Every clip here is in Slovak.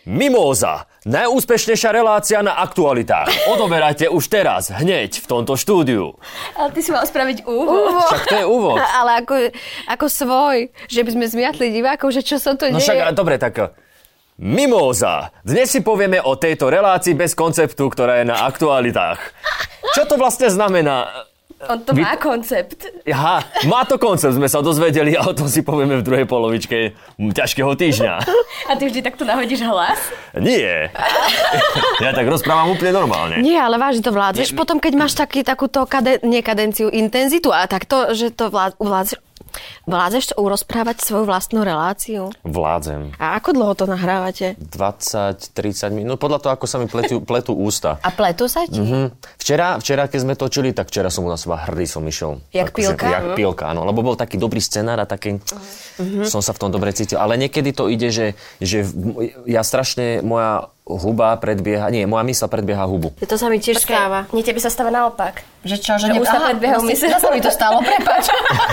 Mimóza, najúspešnejšia relácia na aktualitách. Odoberajte už teraz, hneď, v tomto štúdiu. Ale ty si mal spraviť úvod. Však to je úvod. Ale ako svoj, že by sme zmiatli divákov, že čo sa to deje. No však, dobre, tak Mimóza. Dnes si povieme o tejto relácii bez konceptu, ktorá je na aktualitách. Čo to vlastne znamená? On to má koncept. Aha, má to koncept, sme sa dozvedeli a o tom si povieme v druhej polovičke ťažkého týždňa. A ty vždy takto nahodíš hlas? Nie. Ja tak rozprávam úplne normálne. Nie, ale vážne to vládzeš. Potom, keď máš takúto kadenciu, intenzitu a takto, že to vládzeš to urozprávať svoju vlastnú reláciu? Vládzem. A ako dlho to nahrávate? 20-30 minút, podľa toho, ako sa mi pletú ústa. A pletú sa ti? Včera, keď sme točili, tak včera som na seba hrdý som išiel. Jak pilka? Jak pilka, áno. Lebo bol taký dobrý scenár a taký som sa v tom dobre cítil. Ale niekedy to ide, že ja strašne, moja huba predbieha, nie, moja mysľ predbieha hubu. To sa mi tiež stáva. Nie, tebe sa stáva naopak. Že čo? Že ústa predbiehajú mysl. Zase mi to stalo, prepáč.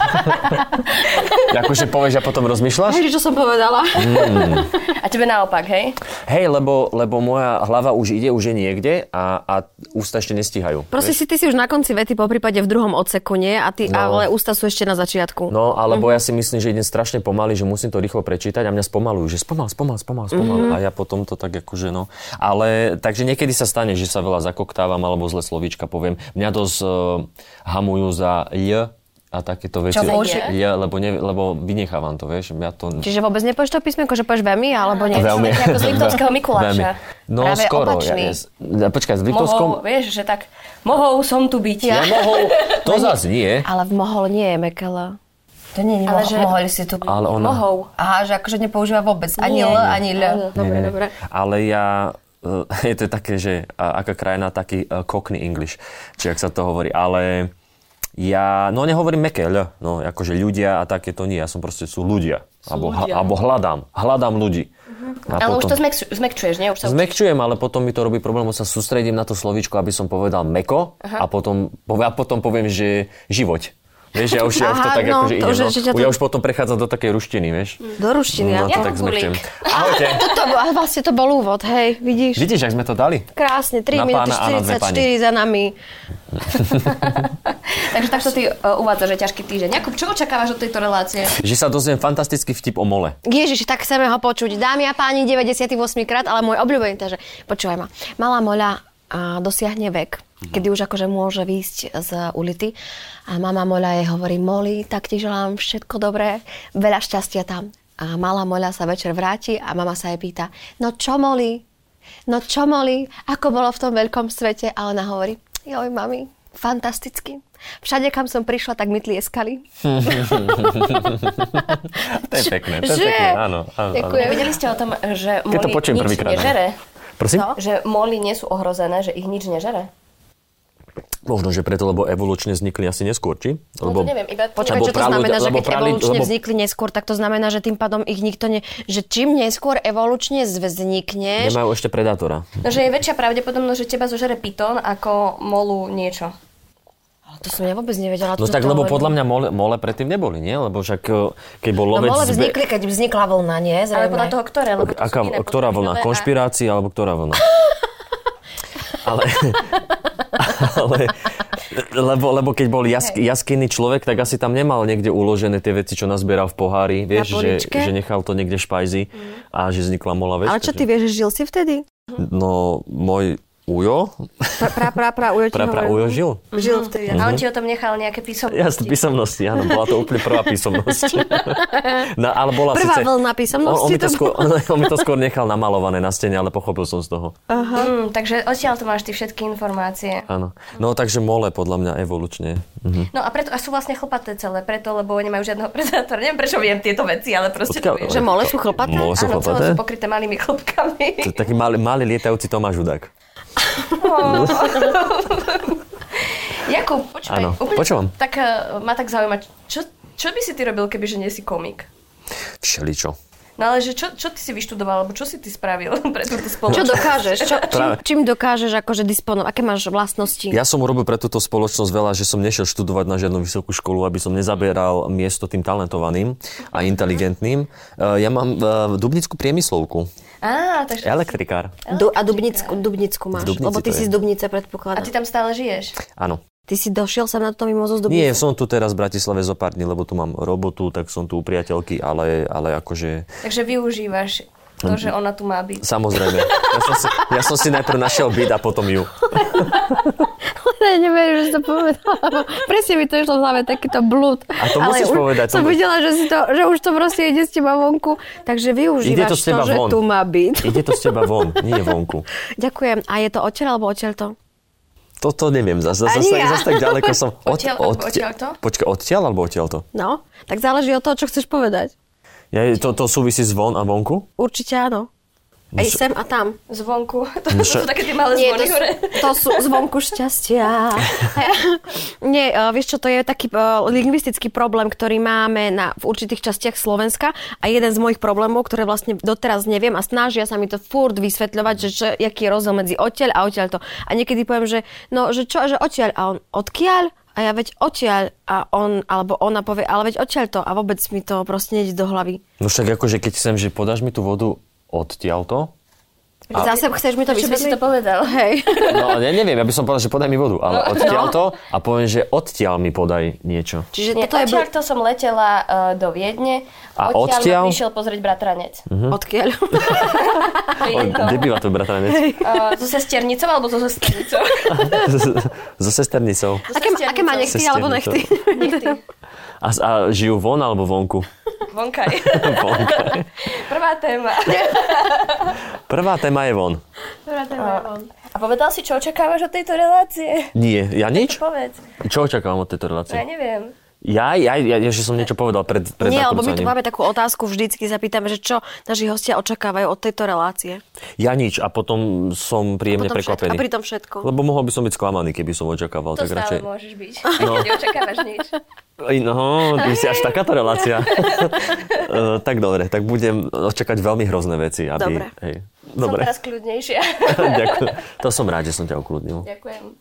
Akože povieš a potom rozmýšľaš? Hej, čo som povedala. A tebe naopak, hej? Hej, lebo moja hlava už je niekde a ústa ešte nestíhajú. Proste ty si už na konci vety, poprípade v druhom odseku, nie? Ale ústa sú ešte na začiatku. No, alebo ja si myslím, že idem strašne pomaly, že musím to rýchlo prečítať a mňa spomalujú, že spomal. A ja potom to tak akože no. Ale takže niekedy sa stane, že sa veľa zakoktávam alebo zle slovíčka poviem. Mňa dosť hamujú za j a takéto veci. Čo lebo vynechávam to, vieš. Čiže vôbec nepovieš to písmenko, že povieš veľmi, alebo nie? Veľmi. Ako z Liptovského Mikuláša. No práve skoro. opačný. Počkaj, z Liptovskom... Mohol, vieš, že tak, mohol som tu byť. Ja mohol, to zase nie. Ale v mohol nie je Mekela. To nie je Ale že mohol si tu byť. Ale ona... Mohol. Aha, že akože nepoužíva vôbec. Ani L, ani L. Dobre. Ale ja... Je to také, že aká krajina, taký cockney English, či ak sa to hovorí, ale ja, no nehovorím meké L, no akože ľudia a také to nie, ja som proste sú ľudia, alebo hľadám ľudí. Ale potom, už to zmekčuješ, nie? Už sa zmekčujem, ale potom mi to robí problém, sa sústredím na to slovíčko, aby som povedal meko a potom poviem, že živoť. Vieš, ja už to tak akože idem. Ja už potom prechádzam do takej ruštiny, vieš. Do ruštiny, no, to tak zmekčujem. Ahojte. Vlastne to bol úvod, hej, vidíš? Vidíš, jak sme to dali? Krásne, 3 minúty 44 za nami. Takže takto ty uvádzaš, že ťažký týždeň. Jakub, čo očakávaš od tejto relácie? Že sa dozviem fantastický vtip o mole. Ježiš, tak chceme ho počuť. Dámy a páni, 98 krát, ale môj obľúbený, takže počúvaj ma. Malá moľa dosiahne vek, kedy už akože môže výjsť z ulity. A mama moľa jej hovorí, Moli, tak ti želám všetko dobré, veľa šťastia tam. A malá moľa sa večer vráti a mama sa jej pýta, no čo Moli, ako bolo v tom veľkom svete? A ona hovorí, joj mami, fantasticky. Všade, kam som prišla, tak mi tlieskali. To je pekné, áno. Videli ste o tom, že Moli nič nežere? Prosím? No? Že moly nie sú ohrozené, že ich nič nežere? Možno, že preto, lebo evolučne vznikli asi neskôr, či? Lebo, no to neviem, iba... Počkaj, čo to znamená, že keď evolučne vznikli neskôr, tak to znamená, že tým pádom ich nikto že čím neskôr evolučne vznikneš... Nemajú ešte predátora. No, že je väčšia pravdepodobnosť, že teba zožere python ako molu niečo. Ale to som ja vôbec nevedela. No tak, lebo podľa mňa mole predtým neboli, nie? Lebo však, keď bol lovec... No mole vznikli, keď vznikla vlna, nie? Ale podľa toho, ktoré? Lebo ktorá vlna? Konšpirácia, alebo ktorá vlna? Lebo keď bol jaskinný človek, tak asi tam nemal niekde uložené tie veci, čo nazbieral v pohári, vieš, že nechal to niekde v špajzi a že vznikla mola vec. Ale čo ty vieš, že žil si vtedy? No, môj ujo. Ujo žil. Žil vtedy. A on ti o tom nechal nejaké písomnosti? Jasne, písomnosti, áno. Bola to úplne prvá písomnosť. No, ale bola prvá vlna písomnosti? On mi to skôr nechal namalované na stene, ale pochopil som z toho. Takže odtiaľ to máš ty všetky informácie. Áno. No, takže mole podľa mňa evolučne. No a sú vlastne chlpaté celé, lebo nemajú žiadneho predátora. Neviem, prečo viem tieto veci, ale proste to viem. Že mole sú chlpaté? Mole sú chlpaté? Áno, sú pokryté malými chlpkami. Taký malý lietajúci Tomáš Hudák. Jakub, počúvaj. Áno, počúvam. Tak ma tak zaujíma, čo by si ty robil, kebyže nie si komik? Všeličo. No ale že čo ty si vyštudoval, alebo čo si ty spravil pre túto spoločnosť? Čo dokážeš? Čím dokážeš akože disponovať? Aké máš vlastnosti? Ja som urobil pre túto spoločnosť veľa, že som nešiel študovať na žiadnu vysokú školu, aby som nezaberal miesto tým talentovaným a inteligentným. Ja mám dubnickú priemyslovku. Takže Elektrikár. A Dubnicku máš, lebo ty si z Dubnice, predpokladám. A ty tam stále žiješ? Áno. Ty si došiel sa na to mimozo z Dubnice? Nie, som tu teraz v Bratislave zo pár dní, lebo tu mám robotu, tak som tu u priateľky, ale akože... Takže využívaš to, že ona tu má byť. Samozrejme. Ja som si najprv našiel byt a potom ju. Ja neverím, že si to povedala. Presne mi to išlo v hlave, takýto blúd. A to musíš povedať. Som videla, že už to proste ide z teba vonku, takže využívaš to, že tu má byť. Ide to z teba von, nie vonku. Ďakujem. A je to odtiaľ alebo odtiaľto? Toto neviem, zase tak ďaleko som... Odtiaľto? Počkaj, odtiaľ alebo odtiaľto? No, tak záleží od toho, čo chceš povedať. To súvisí s von a vonku? Určite áno. Aj sem a tam. Zvonku. To sú také tie malé zvony hore. To sú zvonku šťastia. Nie, vieš čo, to je taký lingvistický problém, ktorý máme v určitých častiach Slovenska a jeden z mojich problémov, ktoré vlastne doteraz neviem a snažia sa mi to furt vysvetľovať, že aký je rozdiel medzi odtiaľ a odtiaľto. A niekedy poviem, že odtiaľ a on odkiaľ? A ja veď odtiaľ a on, alebo ona povie, ale veď odtiaľto a vôbec mi to proste nejde do hlavy. No však akože keď chcem, že podáš mi tú vodu odtiaľto. Zase chceš mi to vysvetliť? Čo by si to povedal? Hej. No, neviem, ja by som povedal, že podaj mi vodu, ale odtiaľto a poviem, že odtiaľ mi podaj niečo. Čiže odtiaľto som letela do Viedne, odtiaľ ma prišiel pozrieť bratranec. Odkiaľ? Kde býva tvoj bratranec? So sesternicou alebo so sesternicou? So sesternicou. Aké má nechty alebo nechty? A žijú von alebo vonku? Vonkaj. Prvá téma. Prvá téma je von. A povedal si, čo očakávaš od tejto relácie? Nie, ja nič? Povedz. Čo očakávam od tejto relácie? Ja neviem. Ja, že som niečo povedal pred Nie, lebo my tu máme takú otázku, vždycky sa pýtame, že čo naši hostia očakávajú od tejto relácie. Ja nič a potom som príjemne prekvapený. A pritom všetko. Lebo mohol by som byť sklamaný, keby som očakával. To tak stále radšej... môžeš byť, keď neočakávaš nič. No, ty si až takáto relácia. Tak dobre, tak budem očakať veľmi hrozné veci. Dobre. Dobre. Som teraz kľudnejšia. Ďakujem. To som rád, že som ťa ukludnil. Ďakujem.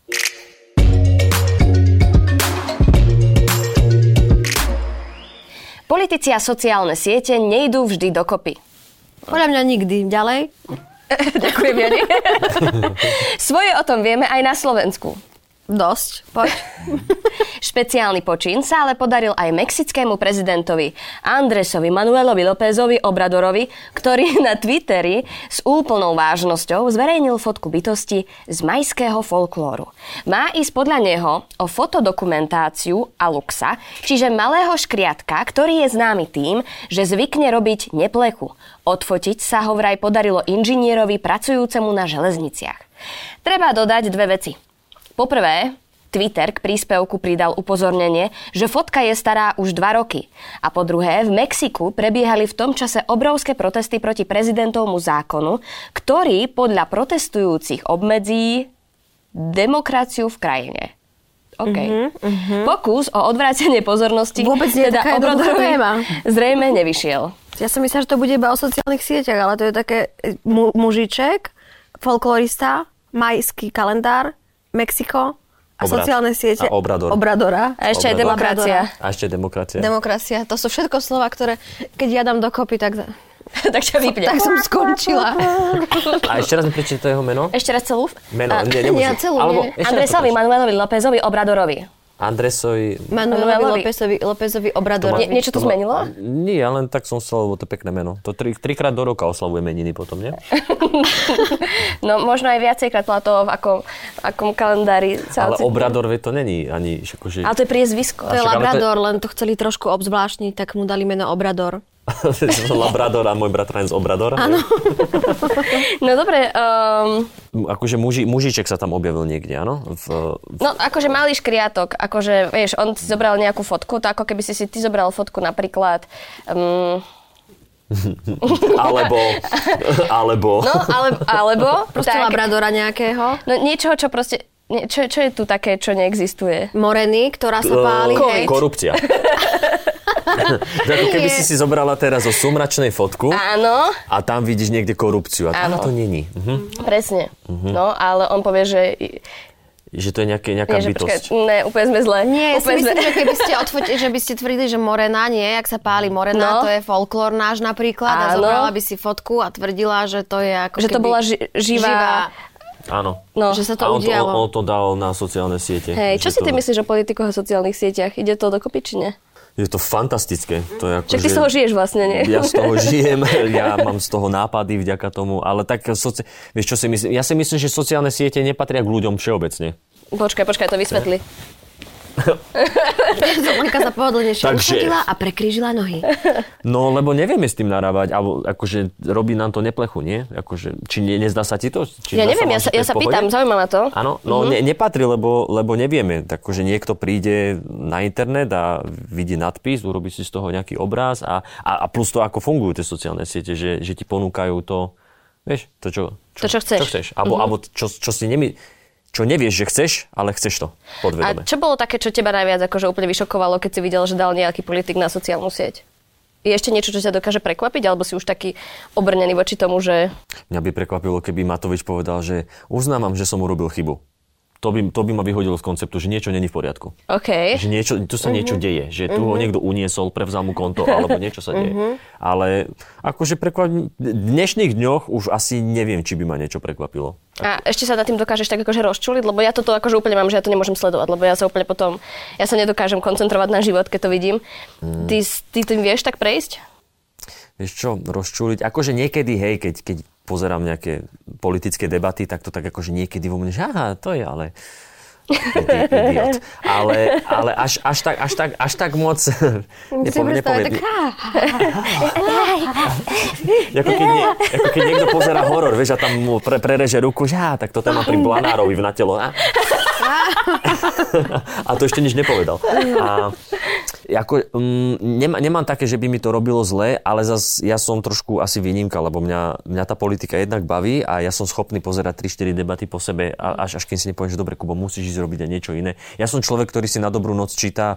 Politici a sociálne siete nejdú vždy dokopy. Podľa mňa nikdy. Ďalej? Ďakujem, Jani. Svoje o tom vieme aj na Slovensku. Dosť, poď. Špeciálny počin sa ale podaril aj mexickému prezidentovi Andresovi Manuelovi Lópezovi Obradorovi, ktorý na Twitteri s úplnou vážnosťou zverejnil fotku bytosti z majského folklóru. Má ísť podľa neho o fotodokumentáciu Aluxa, čiže malého škriatka, ktorý je známy tým, že zvykne robiť neplechu. Odfotiť sa ho vraj podarilo inžinierovi pracujúcemu na železniciach. Treba dodať dve veci. Poprvé, Twitter k príspevku pridal upozornenie, že fotka je stará už 2 roky. A po druhé, v Mexiku prebiehali v tom čase obrovské protesty proti prezidentovmu zákonu, ktorý podľa protestujúcich obmedzí demokraciu v krajine. OK. Pokus o odvrátenie pozornosti vôbec nie teda Obradorovi zrejme nevyšiel. Ja som myslela, že to bude iba o sociálnych sieťach, ale to je také mužiček, folklorista, majský kalendár, Mexiko a sociálne siete. A Obradora. A ešte aj demokracia. A ešte demokracia. Demokracia. To sú všetko slova, ktoré keď ja dám dokopy, tak ťa vypne. Tak som skončila. A ešte raz mi prečítaj jeho meno? Ešte raz celú? Meno, nemusím. Nie, celú nie. Andresovi Manuelovi Lópezovi Obradorovi. Andresovi Manuelovi Lópezovi Obradorovi. Niečo to zmenilo? Nie, len tak som chcel, lebo to pekné meno. To trikrát do roka oslavujeme meniny potom, nie? No možno aj viacejkrát podľa toho, v akom kalendári sa ale Obrador, to není ani... Akože... Ale to je priezvisko. To je Labrador, len to chceli trošku obzvláštniť, tak mu dali meno Obrador. Labrador a môj bratranec Obrador. Áno. No dobre. Akože mužiček sa tam objavil niekde, áno? No akože malý škriatok, akože vieš, on si zobral nejakú fotku, to ako keby si ty zobral fotku napríklad... alebo... No, alebo... Proste tak, Labradora nejakého. No niečoho, čo proste... Čo je tu také, čo neexistuje? Moreny, ktorá sa páli. Korupcia. Ako keby si zobrala teraz zo sumračnej fotku Áno. a tam vidíš niekde korupciu. A to není. Presne. No, ale on povie, že to je nejaká bytosť. Ne, úplne sme zle. Nie, ja si myslím, že keby ste že by ste tvrdili, že morena nie, jak sa páli morena, to je folklór náš napríklad. A zobrala by si fotku a tvrdila, že to je ako že to bola živá. Áno. No. Že sa to udialo. On to dal na sociálne siete. Hej, čo si ty myslíš o politikoch a sociálnych sieťach? Ide to dokopy, či nie? Je to fantastické. To je ako, Však ty z toho žiješ vlastne, nie? Ja z toho žijem, ja mám z toho nápady vďaka tomu, ale tak, vieš čo si myslím? Ja si myslím, že sociálne siete nepatria k ľuďom všeobecne. Počkaj, to vysvetli. Lenka sa pohodlnejšie usadila a prekrížila nohy. No, lebo nevieme s tým narábať, alebo akože robí nám to neplechu, nie? Akože, či nezdá sa ti to? Ja neviem, ja sa pýtam, zaujíma ma to. Áno, no nepatrí, lebo nevieme. Takže niekto príde na internet a vidí nadpis, urobí si z toho nejaký obraz a plus to, ako fungujú tie sociálne siete, že ti ponúkajú to, vieš, to čo chceš. Čo chceš. Alebo čo si čo nevieš, že chceš, ale chceš to podvedome. A čo bolo také, čo teba najviac akože úplne vyšokovalo, keď si videl, že dal nejaký politik na sociálnu sieť? Je ešte niečo, čo ťa dokáže prekvapiť? Alebo si už taký obrnený voči tomu, že... Mňa by prekvapilo, keby Matovič povedal, že uznávam, že som urobil chybu. To by ma vyhodilo z konceptu, že niečo není v poriadku. Okay. Že tu sa niečo deje. Že tu ho niekto uniesol, prevzal mu konto, alebo niečo sa deje. Ale akože v dnešných dňoch už asi neviem, či by ma niečo prekvapilo. A ešte sa nad tým dokážeš tak akože rozčuliť? Lebo ja toto akože úplne mám, že ja to nemôžem sledovať, lebo ja sa úplne potom... Ja sa nedokážem koncentrovať na život, keď to vidím. Ty tým vieš tak prejsť? Vieš čo, rozčuliť? Akože niekedy, hej, keď pozerám nejaké politické debaty, tak to tak akože niekedy vo mne, že aha, to je ale idiot. Ale až tak moc nepoviem. Ako keď niekto pozerá horor, vieš, a tam mu prereže ruku, že tak to tam má pri Blanárovi na telo. A to ešte nič nepovedal. Nemám také, že by mi to robilo zle, ale zas ja som trošku asi výnimka, lebo mňa tá politika jednak baví a ja som schopný pozerať 3-4 debaty po sebe až kým si nepoviem, že dobre, Kubo, musíš ísť robiť aj niečo iné. Ja som človek, ktorý si na dobrú noc číta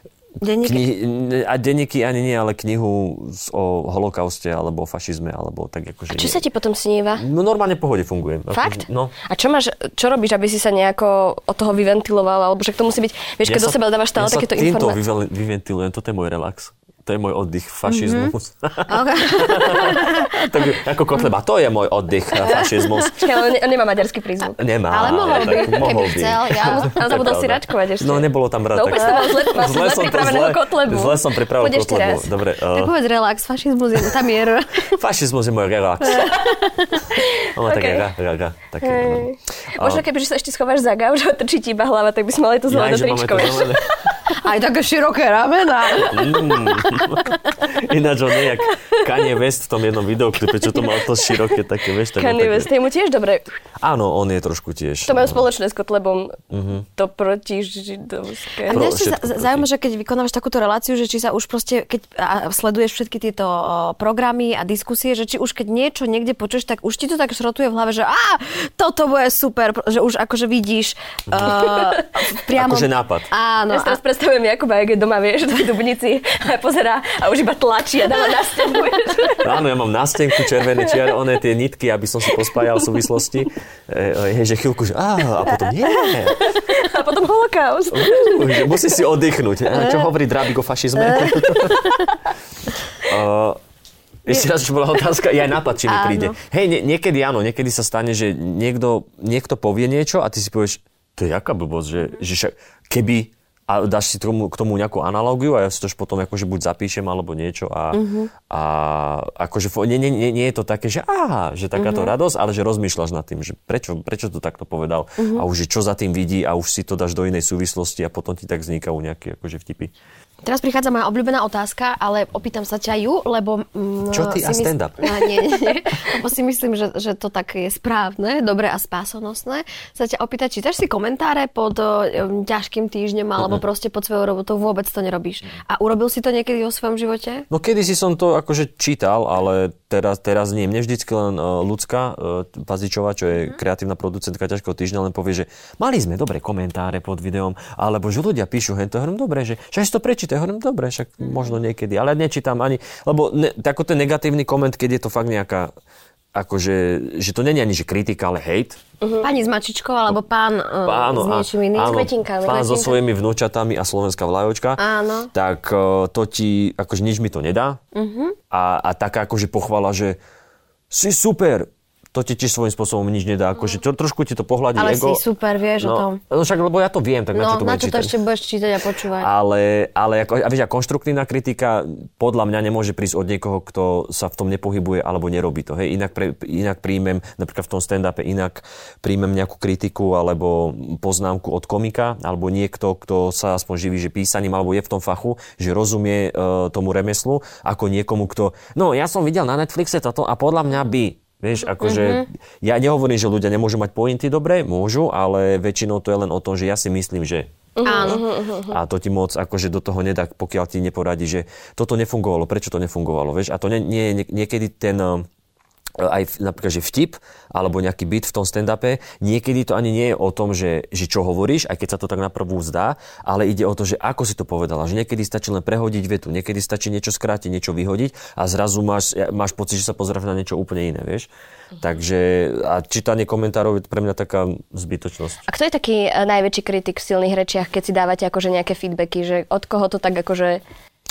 denníky ani nie, ale knihu o holokauste alebo o fašizme alebo tak akože. A čo sa ti potom sníva? No normálne v pohode fungujem. Fakt? No. A čo robíš, aby si sa nejako od toho vyventiloval, alebo že to musí byť, vieš, keď do seba dávaš stále takéto informácie. Ja sa týmto vyventilujem, toto je môj relax. To je môj oddych, fašizmus. Okay. Tak ako Kotleba, to je môj oddych, fašizmus. On nemá maďarský prízvuk. Nemá. Ale mohol by, keby chcel. Ale zabudol si račkovať ešte. No, nebolo tam rád. No úplne som mal zle pripraveného Kotlebu. Zle som pripravil Kotlebu. Dobre. Tak povedz relax, fašizmus je tam mier. Fašizmus je môj relax. Ono také raga. Možno keby sa ešte schováš za gauč a trčí ti iba hlava, tak by si mal aj to zelené tričko. Aj také široké ramena. Ináč on nejak Kanye West v tom jednom videoklipe, čo to mal to široké také, vieš. Kanye West, je mu tiež dobre. Áno, on je trošku tiež. To majú spoločné s Kotlebom. To protižidovské. A mňa ešte zaujíma, že keď vykonávaš takúto reláciu, že či sa už proste, keď sleduješ všetky tieto programy a diskusie, že či už keď niečo niekde počuješ, tak už ti to tak šrotuje v hlave, že toto bude super, že už akože vidíš priamo... Akože nápad. Áno. Ja si teraz predstavujem Jakuba, jak je doma, vieš, v Dubnici a pozerá a už iba tlačí a dáva na stenku. Áno, ja mám na stenku červené čiarone tie nitky, aby som si pospájal v súvislosti. Že chvíľku, že a potom nie. A potom holokaust. Musí si oddychnúť. Čo hovorí Drábik o fašizme? Ešte raz, čo bola otázka, aj nápad, či mi príde. Hej, niekedy sa stane, že niekto povie niečo a ty si povieš, to je jaká blbosť, že keby a dáš si k tomu nejakú analógiu a ja si to potom akože buď zapíšem alebo niečo a akože nie je to také, že že takáto radosť, ale že rozmýšľaš nad tým, že prečo to takto povedal a už čo za tým vidí a už si to dáš do inej súvislosti a potom ti tak vznikajú nejaké akože vtipy. Teraz prichádza moja obľúbená otázka, ale opýtam sa ťa ju, lebo... Čo ty a stand-up? Nie. Lebo si myslím, že to tak je správne, dobre a spásonosné. Sa ťa opýtať, čítaš si komentáre pod ťažkým týždňom, alebo proste pod svojou robotou vôbec to nerobíš. A urobil si to niekedy vo svojom živote? No kedysi som to akože čítal, ale teraz nie. Mne vždycky len Ľudská Pazičová, čo je kreatívna producentka Ťažkého týždňa, len povie, že mali sme dobré komentáre pod videom, alebo že ľudia píšu hento, hovorím, dobre, že však si to prečítaj, hovorím, dobre, však možno niekedy, ale nečítam ani, lebo tako ten negatívny koment, keď je to fakt nejaká, akože, že to nie je ani že kritika, ale hejt. Pani s mačičkou, alebo pán s niečím iným. S kvetinkami. Pán so svojimi vnúčatami a slovenská vlajočka. Áno. Tak to ti, akože nič mi to nedá. A taká akože pochvala, že si super, to ti tiež svojím spôsobom nič nedá. Akože trošku ti to pohľadí ale ego. Ale si super, vieš o tom. No však, lebo ja to viem, tak na čo to budem čítať. Na čo to ešte budeš čítať a počúvať. Ale a vieš, konštruktívna kritika podľa mňa nemôže prísť od niekoho, kto sa v tom nepohybuje alebo nerobí to. Hej? Inak príjmem, napríklad v tom stand-upe, inak príjmem nejakú kritiku alebo poznámku od komika, alebo niekto, kto sa aspoň živí, že písaním, alebo je v tom fachu, že rozumie tomu remeslu, ako niekomu, kto... No, ja som videl na Netflixe toto a podľa mňa by... Vieš, akože ja nehovorím, že ľudia nemôžu mať pointy dobre, môžu, ale väčšinou to je len o tom, že ja si myslím, že... Áno. A to ti moc akože do toho nedá, pokiaľ ti neporadí, že toto nefungovalo, prečo to nefungovalo, vieš? A to nie je niekedy ten... aj napríklad, že vtip, alebo nejaký bit v tom stand-upe, niekedy to ani nie je o tom, že čo hovoríš, aj keď sa to tak naprvú zdá, ale ide o to, že ako si to povedala, že niekedy stačí len prehodiť vetu, niekedy stačí niečo skrátiť, niečo vyhodiť a zrazu máš pocit, že sa pozeráš na niečo úplne iné, vieš. Takže a čítanie komentárov je pre mňa taká zbytočnosť. A kto je taký najväčší kritik v silných rečiach, keď si dávate akože nejaké feedbacky, že od koho to tak akože...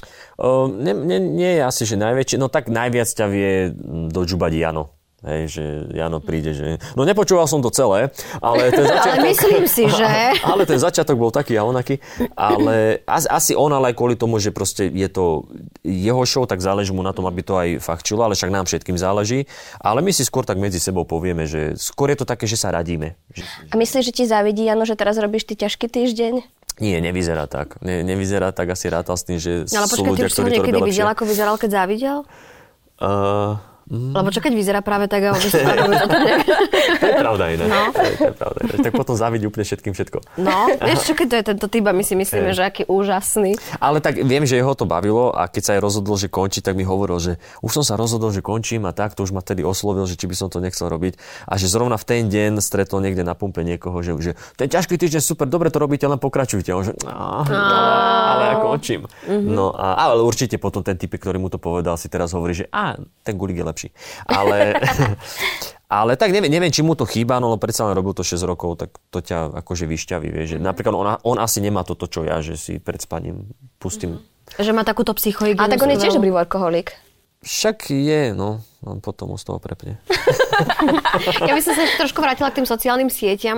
Nie je asi, že najväčšie, no tak najviac ťa vie dožubať Jano. Hej, že Jano príde, že... No nepočúval som to celé, ale ten začiatok... Ale myslím si, že... Ale ten začiatok bol taký a onaký. Ale asi on, ale aj kvôli tomu, že proste je to jeho show, tak záleží mu na tom, aby to aj fachčilo, ale však nám všetkým záleží. Ale my si skôr tak medzi sebou povieme, že skôr je to také, že sa radíme. A myslíš, že ti závidí, Jano, že teraz robíš ty ťažký týždeň? Nie, nevyzerá tak. Nevyzerá tak, asi rátal s tým, že ale sú ľudia, ktorí to robia lepšie. Ale počkaj, ty už som niekedy videl, ako vyzeral, keď závidel? Lebo čo keď vyzerá práve tak, a obvešť To je pravda iné. No. To je pravda iné. Tak potom závidí úplne všetkým všetko. No, vieš čo, keď to je tento typ a my si myslíme, že aký úžasný. Ale tak viem, že jeho to bavilo a keď sa aj rozhodol, že končí, tak mi hovoril, že už som sa rozhodol, že končím a tak, to už ma tedy oslovil, že či by som to nechcel robiť. A že zrovna v ten deň stretol niekde na pumpe niekoho, že ten ťažký týždeň super, dobre to robíte, len pokračujte. On že, ale ja končím. No ale určite potom ten typ, ktorý mu to povedal, si teraz hovorí, že ten gulik je lepší. Ale tak neviem, či mu to chýba, no predsa len robil to 6 rokov, tak to ťa akože vyšťaví, vieš. Že napríklad on asi nemá toto, čo ja, že si pred spaním pustím. Že má takúto psychohygienu. A tak on je tiež dobrý workoholik. Však je, no potom z toho prepne. Ja by som sa ešte trošku vrátila k tým sociálnym sieťam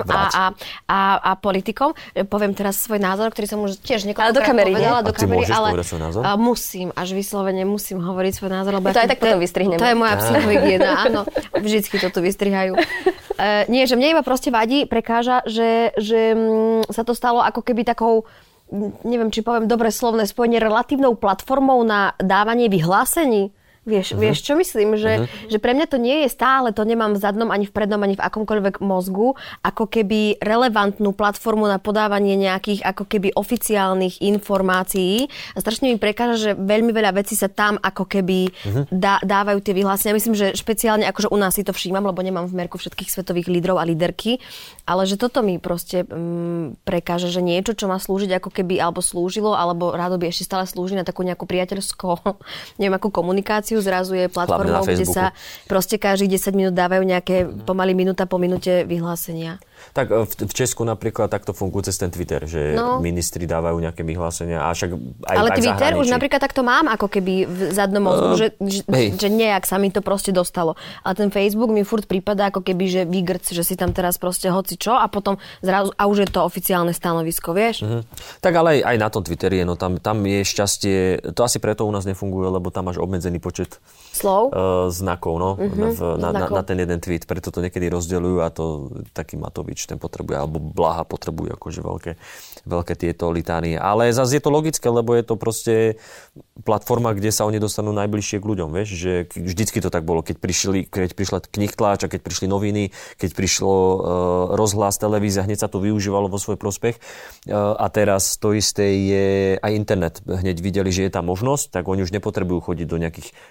a politikom. Poviem teraz svoj názor, ktorý som už tiež niekoľkokrát povedala do kamery, ale musím, až vyslovene musím hovoriť svoj názor, lebo to aj tak potom vystrihneme. To je moja psychohygiena, áno. Vždycky to tu vystrihajú. Nie, že mne iba proste vadí, prekáža, že sa to stalo ako keby takou, neviem, či poviem dobre slovné spojenie, relatívnou platformou na dávanie vyhlásení. Vieš, čo myslím? Že pre mňa to nie je stále, to nemám v zadnom, ani v prednom, ani v akomkoľvek mozgu, ako keby relevantnú platformu na podávanie nejakých ako keby oficiálnych informácií. A strašne mi prekáža, že veľmi veľa vecí sa tam ako keby dávajú tie vyhlásenia. Myslím, že špeciálne akože u nás si to všímam, lebo nemám v merku všetkých svetových lídrov a líderky, ale že toto mi proste prekáža, že niečo, čo má slúžiť ako keby, alebo slúžilo, alebo rádo by ešte stále slúži na takú nejakú priateľskú, neviem, akú komunikáciu, zrazu je platformou, kde sa proste každých 10 minút dávajú nejaké pomaly minúta po minúte vyhlásenia. Tak v Česku napríklad takto funguje cez ten Twitter, že ministri dávajú nejaké vyhlásenia a však aj ale aj Twitter už napríklad takto mám ako keby v zadnom mozgu, že nejak sa mi to proste dostalo. Ale ten Facebook mi furt prípada ako keby, že vygrc, že si tam teraz proste hoci čo a potom zrazu, a už je to oficiálne stanovisko, vieš? Tak ale aj na tom Twitteri, no tam je šťastie, to asi preto u nás nefunguje, lebo tam máš obmedzený počet slov? Znakov, no, na ten jeden tweet, preto to niekedy rozdeľujú a to taký Matovič ten potrebuje, alebo Blaha potrebujú akože veľké tieto litánie. Ale zase je to logické, lebo je to proste platforma, kde sa oni dostanú najbližšie k ľuďom, vieš, že vždycky to tak bolo, keď prišla knihtláč a keď prišli noviny, keď prišlo rozhlas, televízia, hneď sa to využívalo vo svoj prospech. A teraz to isté je aj internet. Hneď videli, že je tam možnosť, tak oni už nepotrebujú chodiť do nejakých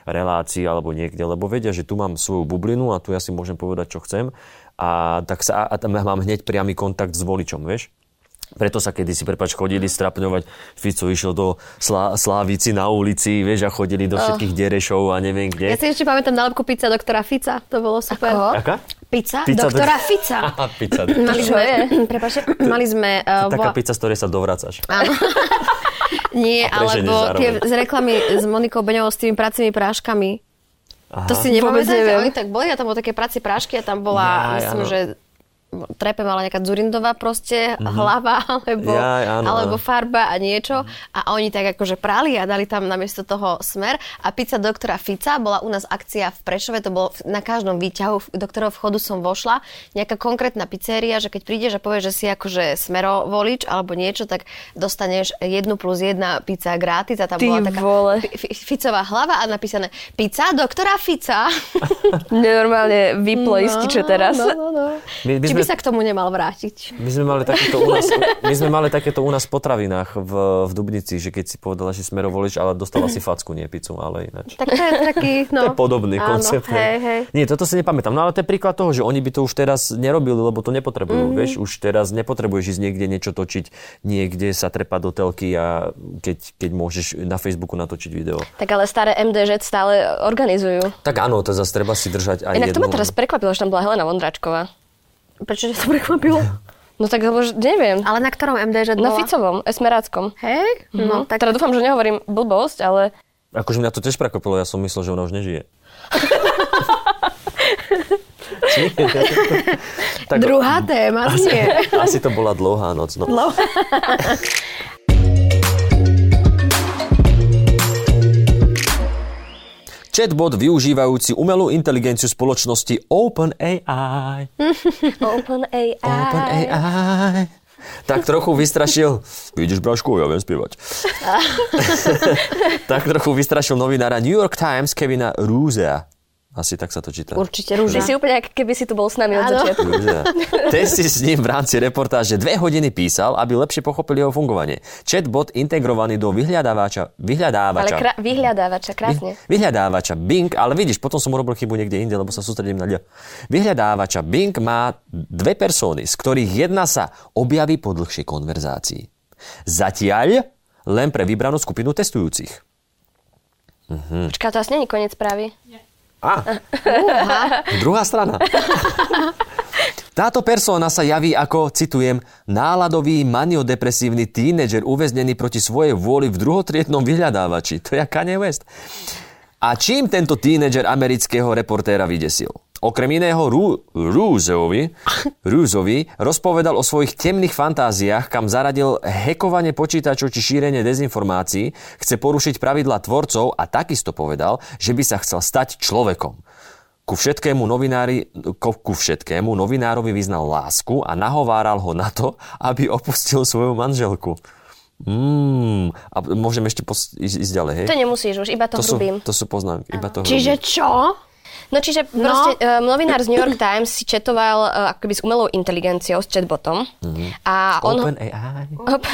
relácii alebo niekde, lebo vedia, že tu mám svoju bublinu a tu ja si môžem povedať, čo chcem a tam mám hneď priamy kontakt s voličom, vieš. Preto sa kedysi, chodili strapňovať. Fico išiel do Slávici na ulici, vieš, a chodili do všetkých derešov a neviem kde. Ja si ešte pamätám nálepku pizza doktora Fica. To bolo super. Aká? Pizza doktora Fica. Pizza. Mali sme... Taká pizza, z ktorej sa dovracaš. Áno. Nie, alebo tie z reklamy s Monikou Beňovou s tými pracími práškami. Aha. To si nepamätáte? Oni tak boli a tam boli také pracie prášky a tam bola, myslím, že trepe mala nejaká Dzurindová proste hlava, alebo farba a niečo. A oni tak akože prali a dali tam namiesto toho Smer. A pizza doktora Fica bola u nás akcia v Prešove, to bolo na každom výťahu, do ktorého vchodu som vošla. Nejaká konkrétna pizzeria, že keď prídeš a povieš, že si akože Smero volič alebo niečo, tak dostaneš 1+1 pizza gratis a tam bola taká Ficová hlava a napísané pizza doktora Fica. Nenormálne vyplejstiče teraz. No. Či by sa k tomu nemal vrátiť? My sme mali takéto u nás v potravinách v Dubnici, že keď si povedala, že Smero volič, ale dostala si facku, nie pizzu, ale ináč. Tak to je taký, to je podobný koncept. Hej. Nie, toto si nepamätám. No ale to je príklad toho, že oni by to už teraz nerobili, lebo to nepotrebujú. Vieš, už teraz nepotrebuješ ísť niekde niečo točiť, niekde sa trepať do telky a keď môžeš na Facebooku natočiť video. Tak ale staré MDŽ stále organizujú. Tak áno, to zase treba si držať aj inak to ma teraz prekvapilo, že tam bola Helena Vondráčková. Prečo ťa to prekvapilo? No tak neviem. Ale na ktorom MDŽ bola? Na Ficovom, Esmeráckom. Hej? No, tak... Teda dúfam, že nehovorím blbosť, ale... Akože mňa to tiež prekvapilo, ja som myslel, že ona už nežije. Tak, druhá téma, nie. Asi to bola dlouhá noc. No. Chatbot využívajúci umelú inteligenciu spoločnosti OpenAI. OpenAI. Tak trochu vystrašil... Vidíš, Brašku, ja viem spievať. Tak trochu vystrašil novinára New York Times Kevina Roosea. Asi tak sa to číta. Určite Rúža. Ty si úplne, keby si tu bol s nami od začiatku. Ten si s ním v rámci reportáže 2 hodiny písal, aby lepšie pochopili jeho fungovanie. Chatbot integrovaný do vyhľadávača, krásne. Vyhľadávača Bing, ale vidíš, potom som urobil chybu niekde inde, lebo sa sústredím na vyhľadávača Bing má 2 persóny, z ktorých jedna sa objaví po dlhšej konverzácii. Zatiaľ len pre vybranú skupinu testujúcich. Počká, to asi nie je koniec správy. Druhá strana. Táto persóna sa javí ako, citujem, náladový maniodepresívny tínedžer uväznený proti svojej vôli v druhotriednom vyhľadávači. To je Kanye West. A čím tento tínedžer amerického reportéra vydesil? Okrem iného Rúzovi rozpovedal o svojich temných fantáziách, kam zaradil hekovanie počítačov či šírenie dezinformácií, chce porušiť pravidlá tvorcov a takisto povedal, že by sa chcel stať človekom. Ku všetkému novinárovi vyznal lásku a nahováral ho na to, aby opustil svoju manželku. A môžem ešte ísť ďalej, hej? To nemusíš už, iba to hrubím. To sú poznámky, iba to čiže hrubím. čo? No čiže proste novinár z New York Times si chatoval akoby s umelou inteligenciou, s chatbotom. A OpenAI.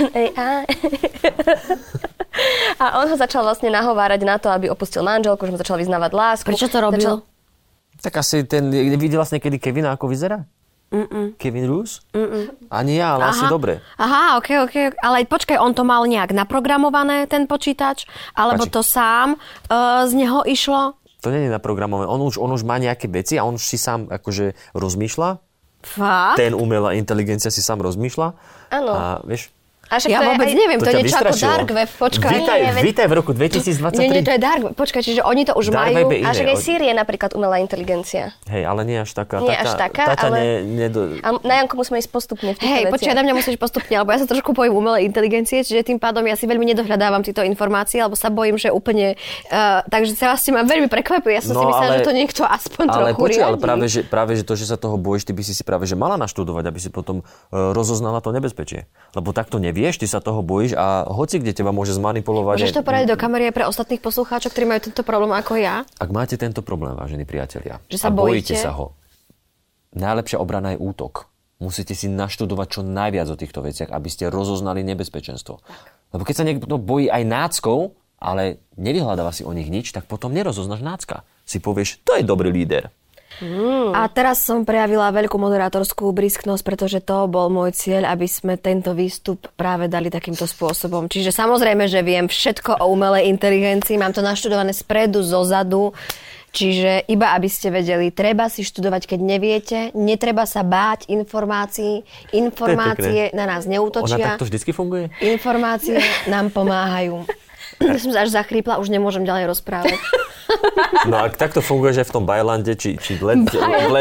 A on ho začal vlastne nahovárať na to, aby opustil manželku, že mu začal vyznávať lásku. Prečo to robil? Tak asi videla si niekedy Kevina, ako vyzerá? Kevin Roos? Ani ja, ale asi dobre. Aha, ok. Ale počkaj, on to mal nejak naprogramované, ten počítač? Alebo to sám z neho išlo? To nie je naprogramované. On už má nejaké veci a on už si sám akože rozmýšľa. Fakt? Ten umelá inteligencia si sám rozmýšľa. Áno. A vieš... Ja vôbec neviem, to je niečo ako dark web. Počkaj. Vítaj v roku 2023. Nie, to je dark web. Počkaj, čiže oni to už dark majú. A že aj Siri je napríklad umelá inteligencia. Hej, ale nie až taká. Nie až taká, ale... Na Janku musíme ísť postupne v týchto veciach. Počkaj, na mňa musíš postupne, lebo ja sa trošku bojím umelej inteligencie, čiže tým pádom ja si veľmi nedohľadávam tieto informácie, lebo sa bojím, že úplne... takže sa vás ma veľmi prekvapuje. Ja som si myslela, že to niekto aspoň trochu riadí. Ale práve že to, že sa toho bojíš, ty by si práve že mala naštudovať, aby si potom rozoznala to nebezpečie. Lebo takto nevieš, ty sa toho bojíš a hoci kde teba môže zmanipulovať. Môžeš to poradiť do kamery aj pre ostatných poslucháčov, ktorí majú tento problém ako ja? Ak máte tento problém, vážení priatelia, že sa bojíte sa ho, najlepšia obrana je útok. Musíte si naštudovať čo najviac o týchto veciach, aby ste rozoznali nebezpečenstvo. Lebo keď sa niekto bojí aj náckou ale nevyhľadáva si o nich nič, tak potom nerozoznáš nácka. Si povieš, to je dobrý líder. A teraz som prejavila veľkú moderátorskú brisknosť, pretože to bol môj cieľ, aby sme tento výstup práve dali takýmto spôsobom. Čiže samozrejme, že viem všetko o umelej inteligencii, mám to naštudované spredu, zozadu. Čiže iba aby ste vedeli, treba si študovať, keď neviete, netreba sa báť informácií, informácie na nás neútočia. Ona takto vždycky funguje? Informácie nám pomáhajú. Ja som až zachrípla, už nemôžem ďalej rozprávať. No a takto funguje, že v tom Bajlande, či Let's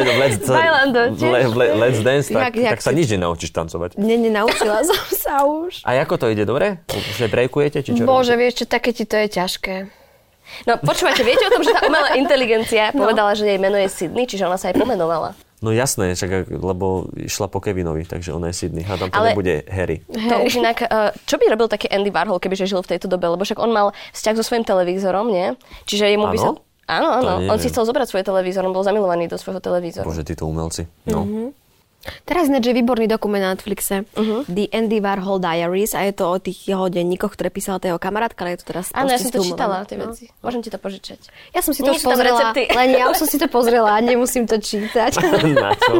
Dance, tak sa nič nenaučíš tancovať. Nenaučila som sa už. A ako to ide, dobre? Už nebrejkujete, či čo? Bože, vieš čo, také ti to je ťažké. No počúvajte, viete o tom, že tá umelá inteligencia povedala, že jej meno je Sydney, čiže ona sa aj pomenovala. No jasné, lebo išla po Kevinovi, takže ona je Sydney. A tam to nebude Harry. To už inak, čo by robil taký Andy Warhol, kebyže žil v tejto dobe? Lebo však on mal vzťah so svojím televízorom, nie? Čiže jemu by sa... Áno. On si chcel zobrať svoj televízor, on bol zamilovaný do svojho televízoru. Bože, títo umelci. No. Teraz je výborný dokument na Netflixe. The Andy Warhol Diaries a je to o tých jeho denníkoch, ktoré písala tá jeho kamarátka, ale je to teraz... Áno, ja som to čítala, tie veci. Môžem ti to požičať. Ja som si to už pozrela, len ja už som si to pozrela a nemusím to čítať. Na čo?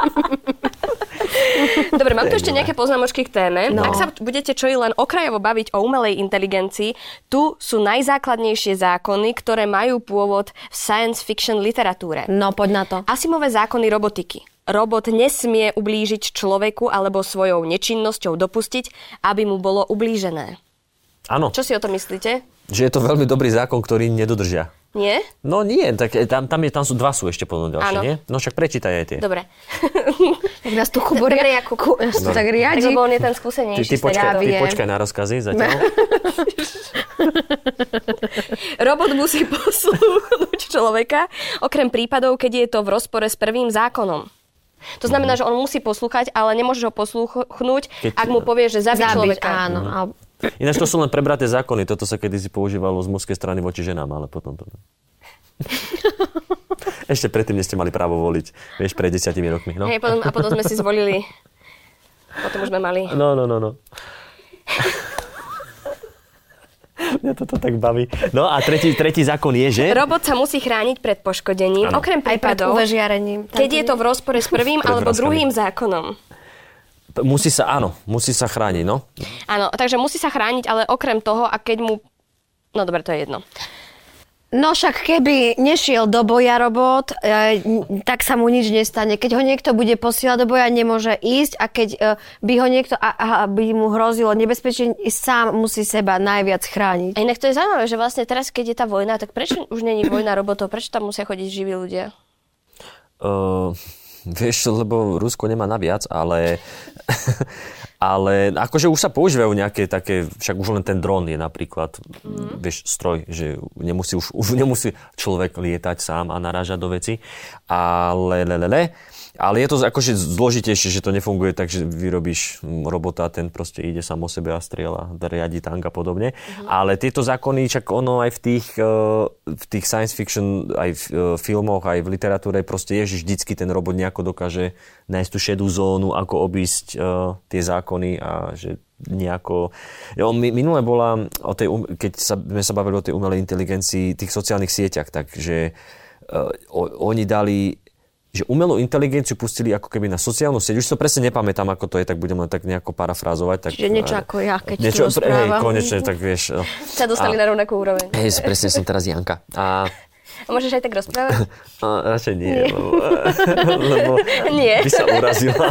Dobre, mám tu ešte nejaké poznámočky k téme. No. Ak sa budete len okrajovo baviť o umelej inteligencii, tu sú najzákladnejšie zákony, ktoré majú pôvod v science fiction literatúre. No, poď na to. Asimové zákony robotiky. Robot nesmie ublížiť človeku alebo svojou nečinnosťou dopustiť, aby mu bolo ublížené. Áno. Čo si o to myslíte? Že je to veľmi dobrý zákon, ktorý nedodržia. Nie? No nie, tak tam sú dva sú ešte potom ďalšie, nie? No však prečítaj aj tie. Dobre. Tak nás tu chuboria, tak riadi. Lebo on je ten skúsenejší. Ty počkaj na rozkazy zatiaľ. Robot musí poslúchnuť človeka, okrem prípadov, keď je to v rozpore s prvým zákonom. To znamená, že on musí poslúchať, ale nemôžeš ho poslúchnuť, ak mu povieš, že zabij človeka. Áno. Ináč to sú len prebraté zákony. Toto sa kedysi používalo z mužskej strany voči ženám, ale potom to... Ešte predtým ste mali právo voliť, vieš, pred 10 rokmi. No? Hej, potom sme si zvolili. Potom už sme mali. No. Mňa toto tak baví. No a tretí zákon je, že... Robot sa musí chrániť pred poškodením, okrem prípadov, keď je to v rozpore s prvým alebo druhým zákonom. Musí sa chrániť, no. Áno, takže musí sa chrániť, ale okrem toho, a keď mu... No dobre, to je jedno. No však keby nešiel do boja robot, tak sa mu nič nestane. Keď ho niekto bude posielať do boja, nemôže ísť a keď by ho niekto by mu hrozilo nebezpečie, sám musí seba najviac chrániť. A inak to je zaujímavé, že vlastne teraz, keď je tá vojna, tak prečo už není vojna robotov? Prečo tam musia chodiť živí ľudia? Vieš, lebo Rusko nemá naviac, ale akože už sa používajú nejaké také, však už len ten dron je napríklad, vieš, stroj, že nemusí človek lietať sám a narážať do veci, ale je to akože zložitejšie, že to nefunguje tak, že vyrobíš robota, ten proste ide sám o sebe a strieľa, riadi tank a podobne. Ale tieto zákony, čak ono aj v tých science fiction, aj v filmoch, aj v literatúre, proste je, že vždycky ten robot nejako dokáže nájsť tú šedú zónu, ako obísť tie zákony a že nejako... Minule bola, keď sme sa bavili o tej umelej inteligencii, tých sociálnych sieťach, takže oni dali, že umelú inteligenciu pustili ako keby na sociálnu sieť. Už to presne nepamätám, ako to je, tak budem len tak nejako parafrázovať. Čiže niečo ako ja, keď tu rozprávam. Konečne, tak vieš. Sa dostali na rovnakú úroveň. Presne som teraz Janka. A môžeš aj tak rozprávať? Radšej nie. Lebo nie. By sa urazila.